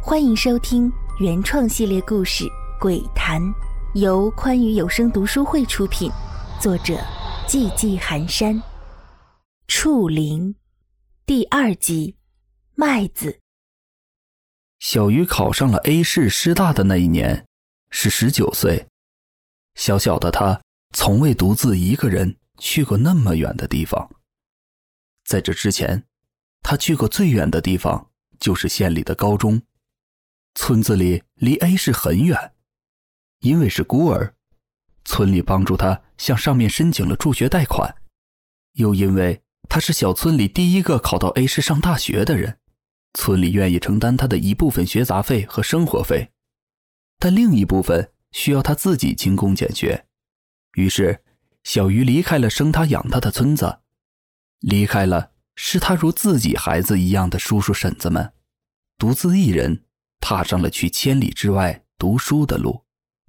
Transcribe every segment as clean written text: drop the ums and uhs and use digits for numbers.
欢迎收听原创系列故事《鬼谈》，由宽语有声读书会出品，作者寂寂寒山。触灵第2集，麦子。 小鱼考上了 A 市师大的那一年是19岁，小小的他从未独自一个人去过那么远的地方。在这之前，他去过最远的地方就是县里的高中。村子里离 A 市很远，因为是孤儿，村里帮助他向上面申请了助学贷款，又因为他是小村里第一个考到 A 市上大学的人，村里愿意承担他的一部分学杂费和生活费，但另一部分需要他自己勤工俭学。于是小鱼离开了生他养他的村子，离开了视他如自己孩子一样的叔叔婶子们，独自一人踏上了去千里之外读书的路。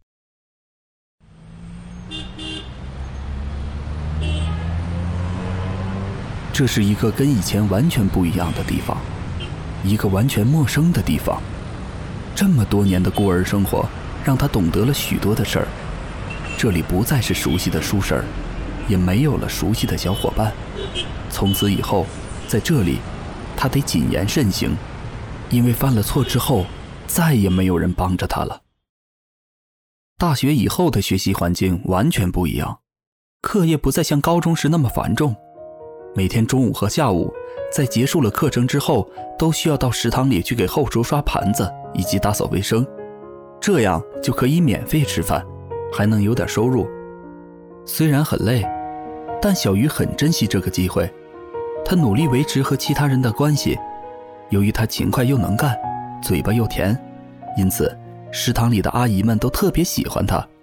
这是一个跟以前完全不一样的地方，一个完全陌生的地方。这么多年的孤儿生活让他懂得了许多的事儿，这里不再是熟悉的书婶，也没有了熟悉的小伙伴。从此以后，在这里他得谨言慎行，因为犯了错之后再也没有人帮着他了。大学以后的学习环境完全不一样，课业不再像高中时那么繁重，每天中午和下午在结束了课程之后都需要到食堂里去给后厨刷盘子以及打扫卫生，这样就可以免费吃饭，还能有点收入。虽然很累，但小鱼很珍惜这个机会，他努力维持和其他人的关系。由于他勤快又能干，嘴巴又甜，因此食堂里的阿姨们都特别喜欢他。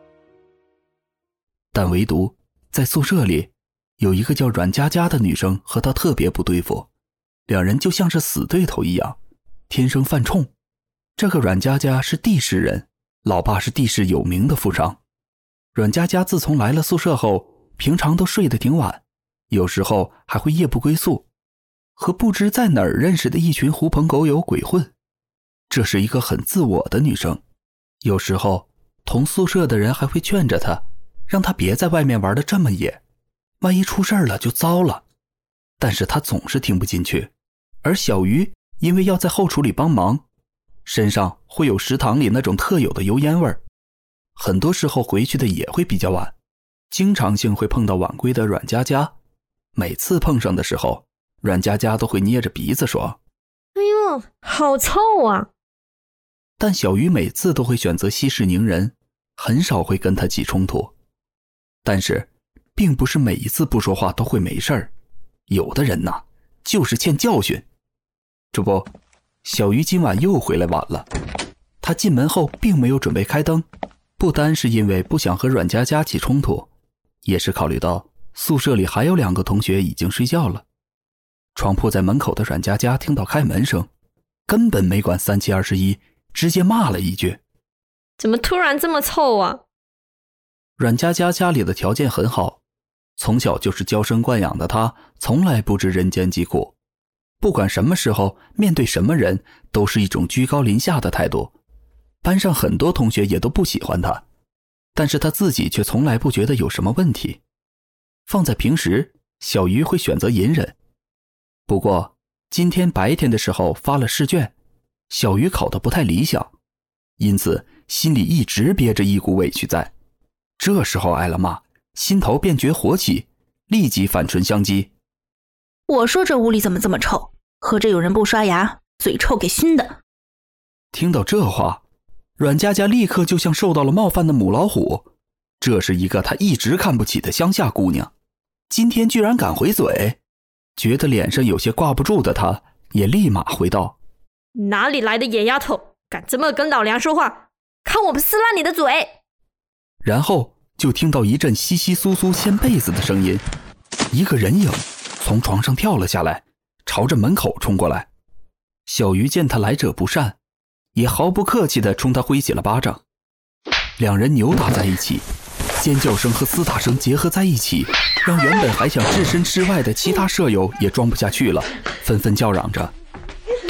但唯独在宿舍里有一个叫阮佳佳的女生和他特别不对付，两人就像是死对头一样，天生犯冲。这个阮佳佳是地市人，老爸是地市有名的富商。阮佳佳自从来了宿舍后，平常都睡得挺晚，有时候还会夜不归宿，和不知在哪儿认识的一群狐朋狗友鬼混。这是一个很自我的女生，有时候同宿舍的人还会劝着她，让她别在外面玩得这么野，万一出事了就糟了。但是她总是听不进去。而小鱼因为要在后厨里帮忙，身上会有食堂里那种特有的油烟味儿，很多时候回去的也会比较晚，经常性会碰到晚归的阮佳佳。每次碰上的时候，阮佳佳都会捏着鼻子说： 哎呦，好臭啊！ 但小鱼每次都会选择息事宁人，很少会跟他起冲突。但是并不是每一次不说话都会没事儿，有的人呐，就是欠教训。这不，小鱼今晚又回来晚了。他进门后并没有准备开灯，不单是因为不想和阮佳佳起冲突，也是考虑到宿舍里还有2个同学已经睡觉了。床铺在门口的阮佳佳听到开门声，根本没管3七21，直接骂了一句： 怎么突然这么臭啊？ 阮佳佳家里的条件很好，从小就是娇生惯养的她从来不知人间疾苦，不管什么时候面对什么人都是一种居高临下的态度。班上很多同学也都不喜欢她，但是她自己却从来不觉得有什么问题。放在平时，小鱼会选择隐忍。不过今天白天的时候发了试卷，小鱼考得不太理想，因此心里一直憋着一股委屈在。这时候挨了骂，心头便觉火起，立即反唇相讥： 我说这屋里怎么这么臭，合着有人不刷牙，嘴臭给熏的。 听到这话，阮佳佳立刻就像受到了冒犯的母老虎。这是一个她一直看不起的乡下姑娘，今天居然敢回嘴。觉得脸上有些挂不住的她也立马回道： 哪里来的野丫头，敢这么跟老娘说话，看我不撕烂你的嘴！ 然后就听到一阵窸窸窣窣掀被子的声音，一个人影从床上跳了下来，朝着门口冲过来。小鱼见他来者不善，也毫不客气地冲他挥起了巴掌。两人扭打在一起，尖叫声和厮打声结合在一起，让原本还想置身事外的其他舍友也装不下去了，纷纷叫嚷着： 对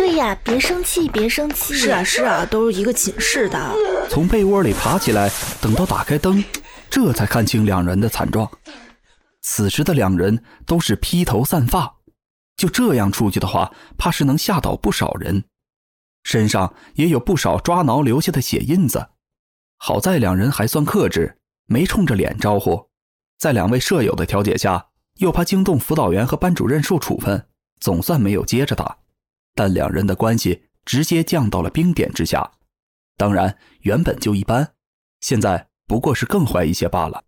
对呀，别生气，别生气。 是啊，都是一个寝室的。 从被窝里爬起来，等到打开灯，这才看清两人的惨状。此时的两人都是披头散发，就这样出去的话，怕是能吓倒不少人。身上也有不少抓挠留下的血印子。好在两人还算克制，没冲着脸招呼。在两位舍友的调解下，又怕惊动辅导员和班主任受处分，总算没有接着打。但两人的关系直接降到了冰点之下。当然原本就一般，现在不过是更坏一些罢了。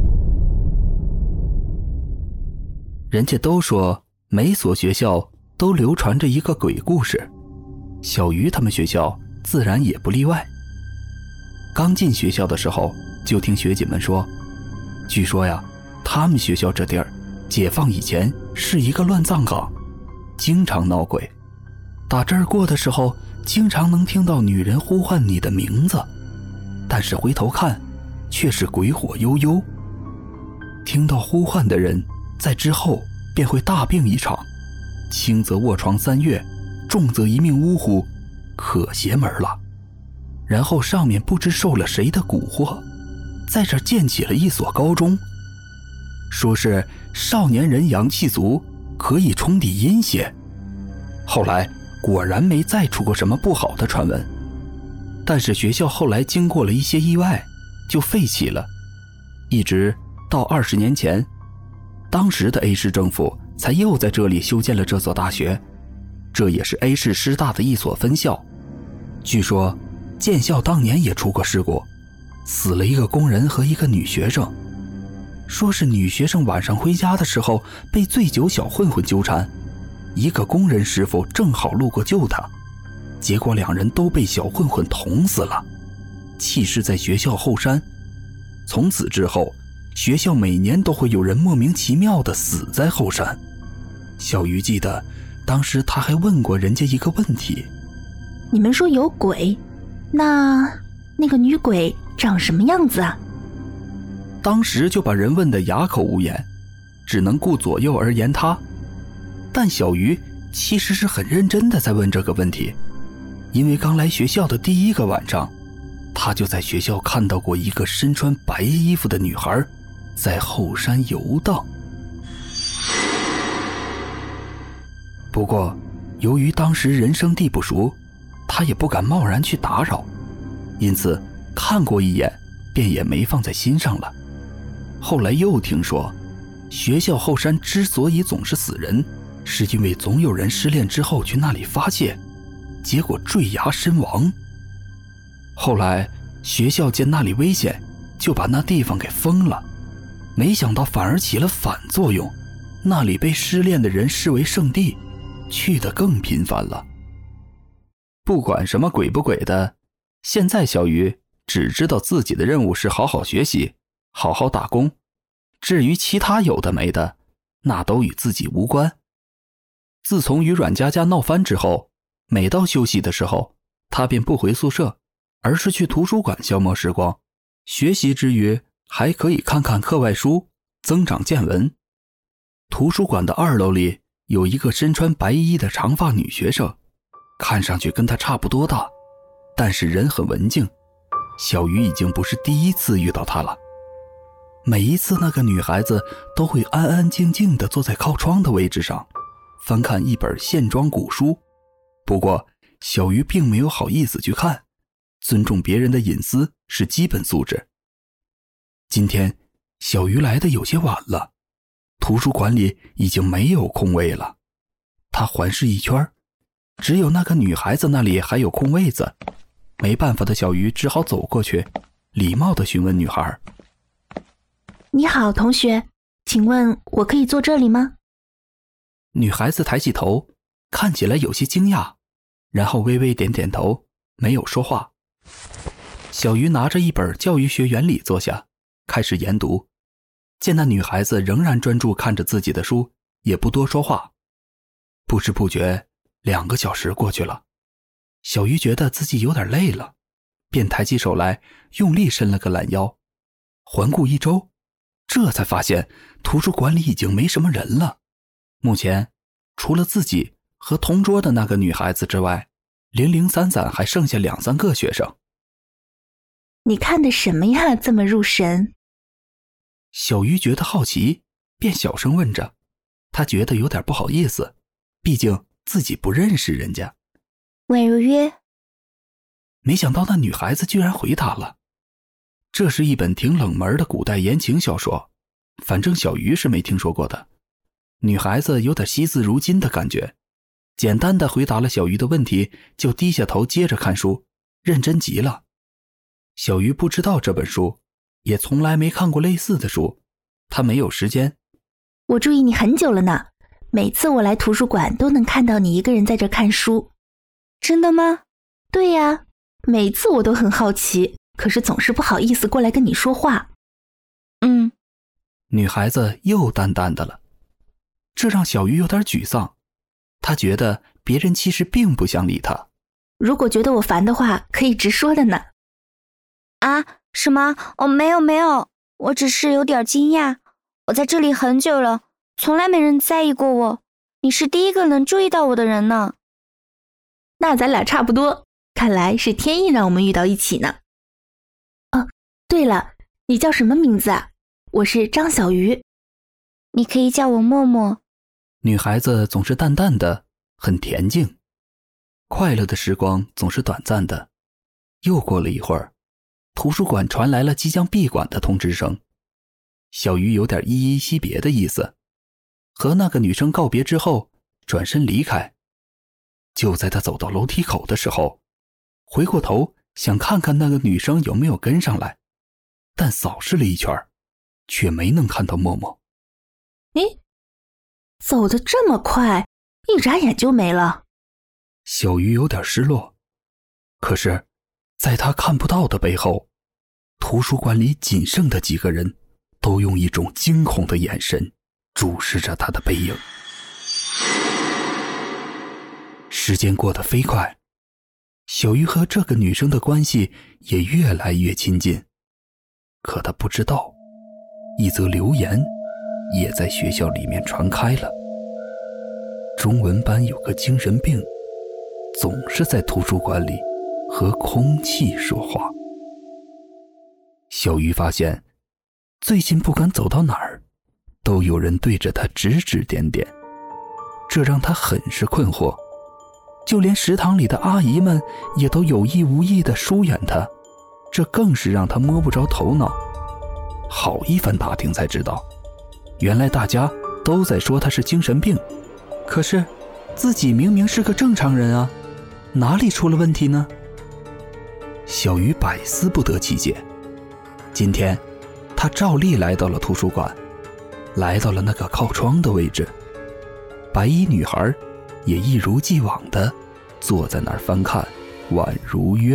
人家都说每所学校都流传着一个鬼故事，小鱼他们学校自然也不例外。刚进学校的时候就听学姐们说，据说呀，他们学校这地儿解放以前是一个乱葬岗，经常闹鬼。打这儿过的时候，经常能听到女人呼唤你的名字，但是回头看却是鬼火悠悠。听到呼唤的人在之后便会大病一场，轻则卧床3月，重则一命呜呼，可邪门了。然后上面不知受了谁的蛊惑，在这儿建起了一所高中，说是少年人阳气足，可以冲抵阴邪。后来果然没再出过什么不好的传闻，但是学校后来经过了一些意外，就废弃了，一直到20年前，当时的 A 市政府才又在这里修建了这所大学，这也是 A 市师大的一所分校。据说建校当年也出过事故，死了一个工人和一个女学生，说是女学生晚上回家的时候被醉酒小混混纠缠，一个工人师傅正好路过救她，结果两人都被小混混捅死了，弃尸在学校后山。从此之后，学校每年都会有人莫名其妙地死在后山。小鱼记得当时他还问过人家一个问题， 你们说有鬼，那个女鬼长什么样子啊？ 当时就把人问得哑口无言，只能顾左右而言他。但小鱼其实是很认真地在问这个问题，因为刚来学校的第一个晚上，他就在学校看到过一个身穿白衣服的女孩在后山游荡。不过由于当时人生地不熟，他也不敢贸然去打扰，因此看过一眼便也没放在心上了。后来又听说学校后山之所以总是死人，是因为总有人失恋之后去那里发泄，结果坠崖身亡。后来学校见那里危险，就把那地方给封了，没想到反而起了反作用，那里被失恋的人视为圣地，去得更频繁了。不管什么鬼不鬼的，现在小鱼只知道自己的任务是好好学习，好好打工，至于其他有的没的，那都与自己无关。自从与阮佳佳闹翻之后，每到休息的时候，他便不回宿舍，而是去图书馆消磨时光，学习之余还可以看看课外书，增长见闻。图书馆的2楼里有一个身穿白衣的长发女学生，看上去跟她差不多大，但是人很文静。小鱼已经不是第一次遇到她了，每一次那个女孩子都会安安静静地坐在靠窗的位置上，翻看一本线装古书。不过小鱼并没有好意思去看，尊重别人的隐私是基本素质。今天小鱼来的有些晚了，图书馆里已经没有空位了。他环视一圈，只有那个女孩子那里还有空位子。没办法的小鱼只好走过去，礼貌地询问女孩： 你好，同学，请问我可以坐这里吗？ 女孩子抬起头，看起来有些惊讶，然后微微点点头，没有说话。小鱼拿着一本教育学原理坐下，开始研读。见那女孩子仍然专注看着自己的书，也不多说话。不知不觉2个小时过去了，小鱼觉得自己有点累了，便抬起手来，用力伸了个懒腰。环顾一周，这才发现图书馆里已经没什么人了。目前除了自己和同桌的那个女孩子之外，零零散散还剩下2-3个学生。 你看的什么呀，这么入神？ 小鱼觉得好奇，便小声问着，他觉得有点不好意思，毕竟自己不认识人家。 宛如约。 没想到那女孩子居然回答了。这是一本挺冷门的古代言情小说，反正小鱼是没听说过的。女孩子有点惜字如金的感觉，简单的回答了小鱼的问题，就低下头接着看书，认真极了。小鱼不知道这本书，也从来没看过类似的书，他没有时间。 我注意你很久了呢，每次我来图书馆都能看到你一个人在这看书。 真的吗？ 对呀，每次我都很好奇，可是总是不好意思过来跟你说话。 女孩子又淡淡的了，这让小鱼有点沮丧。她觉得别人其实并不想理她。 如果觉得我烦的话，可以直说的呢。 啊，什么？没有，我只是有点惊讶。我在这里很久了，从来没人在意过我，你是第一个能注意到我的人呢。 那咱俩差不多，看来是天意让我们遇到一起呢。哦，对了，你叫什么名字啊？我是张小鱼。 你可以叫我默默。 女孩子总是淡淡的，很恬静。快乐的时光总是短暂的。又过了一会儿，图书馆传来了即将闭馆的通知声。小鱼有点依依惜别的意思，和那个女生告别之后，转身离开。就在他走到楼梯口的时候，回过头想看看那个女生有没有跟上来，但扫视了一圈，却没能看到默默。 诶，走得这么快，一眨眼就没了。 小鱼有点失落，可是在他看不到的背后，图书馆里仅剩的几个人都用一种惊恐的眼神注视着他的背影。时间过得飞快，小鱼和这个女生的关系也越来越亲近。可他不知道，一则流言也在学校里面传开了。中文班有个精神病，总是在图书馆里和空气说话。小鱼发现，最近不管走到哪儿，都有人对着他指指点点，这让他很是困惑。就连食堂里的阿姨们也都有意无意地疏远他，这更是让他摸不着头脑。好一番打听才知道，原来大家都在说他是精神病，可是自己明明是个正常人啊，哪里出了问题呢？小鱼百思不得其解。今天他照例来到了图书馆，来到了那个靠窗的位置，白衣女孩也一如既往地坐在那儿翻看《宛如约》。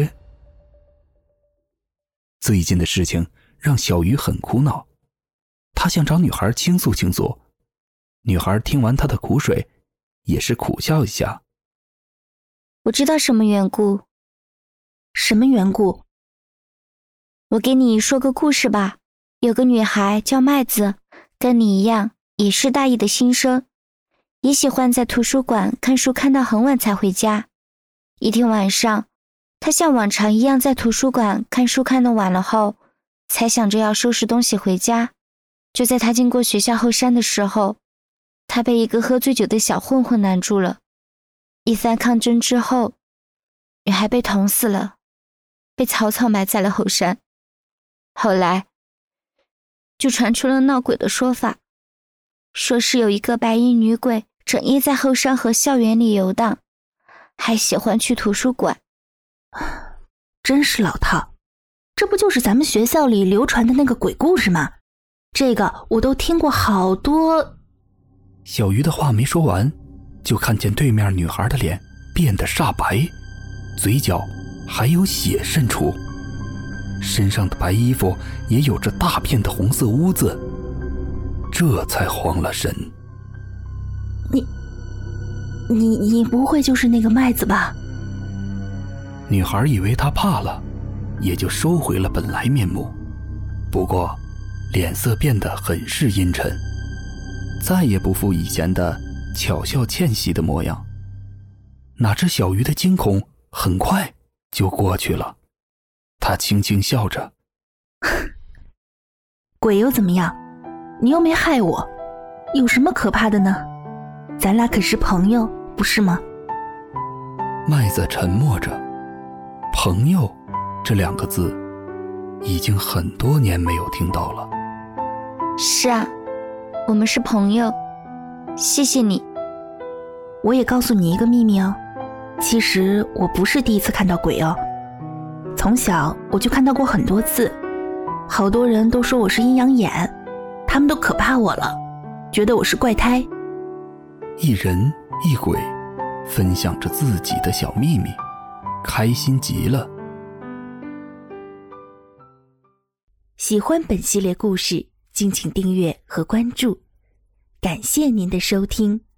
最近的事情让小鱼很苦恼，他想找女孩倾诉倾诉。女孩听完他的苦水，也是苦笑一下。 我知道什么缘故。 什么缘故？ 我给你说个故事吧。有个女孩叫麦子，跟你一样，也是大一的新生，也喜欢在图书馆看书看到很晚才回家。一天晚上，她像往常一样在图书馆看书看得晚了后，才想着要收拾东西回家。就在她经过学校后山的时候，她被一个喝醉酒的小混混拦住了。一番抗争之后，女孩被捅死了，被草草埋在了后山。后来就传出了闹鬼的说法，说是有一个白衣女鬼整夜在后山和校园里游荡，还喜欢去图书馆。 真是老套，这不就是咱们学校里流传的那个鬼故事吗？这个我都听过好多。 小鱼的话没说完，就看见对面女孩的脸变得煞白，嘴角还有血渗出，身上的白衣服也有着大片的红色污渍，这才慌了神。 你不会就是那个麦子吧？ 女孩以为他怕了，也就收回了本来面目，不过脸色变得很是阴沉，再也不复以前的巧笑倩兮的模样。 那只小鱼的惊恐很快就过去了。他轻轻笑着， 鬼又怎么样？你又没害我，有什么可怕的呢？咱俩可是朋友，不是吗？ 麦子沉默着，朋友这2个字已经很多年没有听到了。 是啊，我们是朋友，谢谢你。 我也告诉你一个秘密哦，其实我不是第一次看到鬼哦，从小我就看到过很多次，好多人都说我是阴阳眼，他们都可怕我了，觉得我是怪胎。 一人一鬼分享着自己的小秘密，开心极了。 喜欢本系列故事，敬请订阅和关注，感谢您的收听。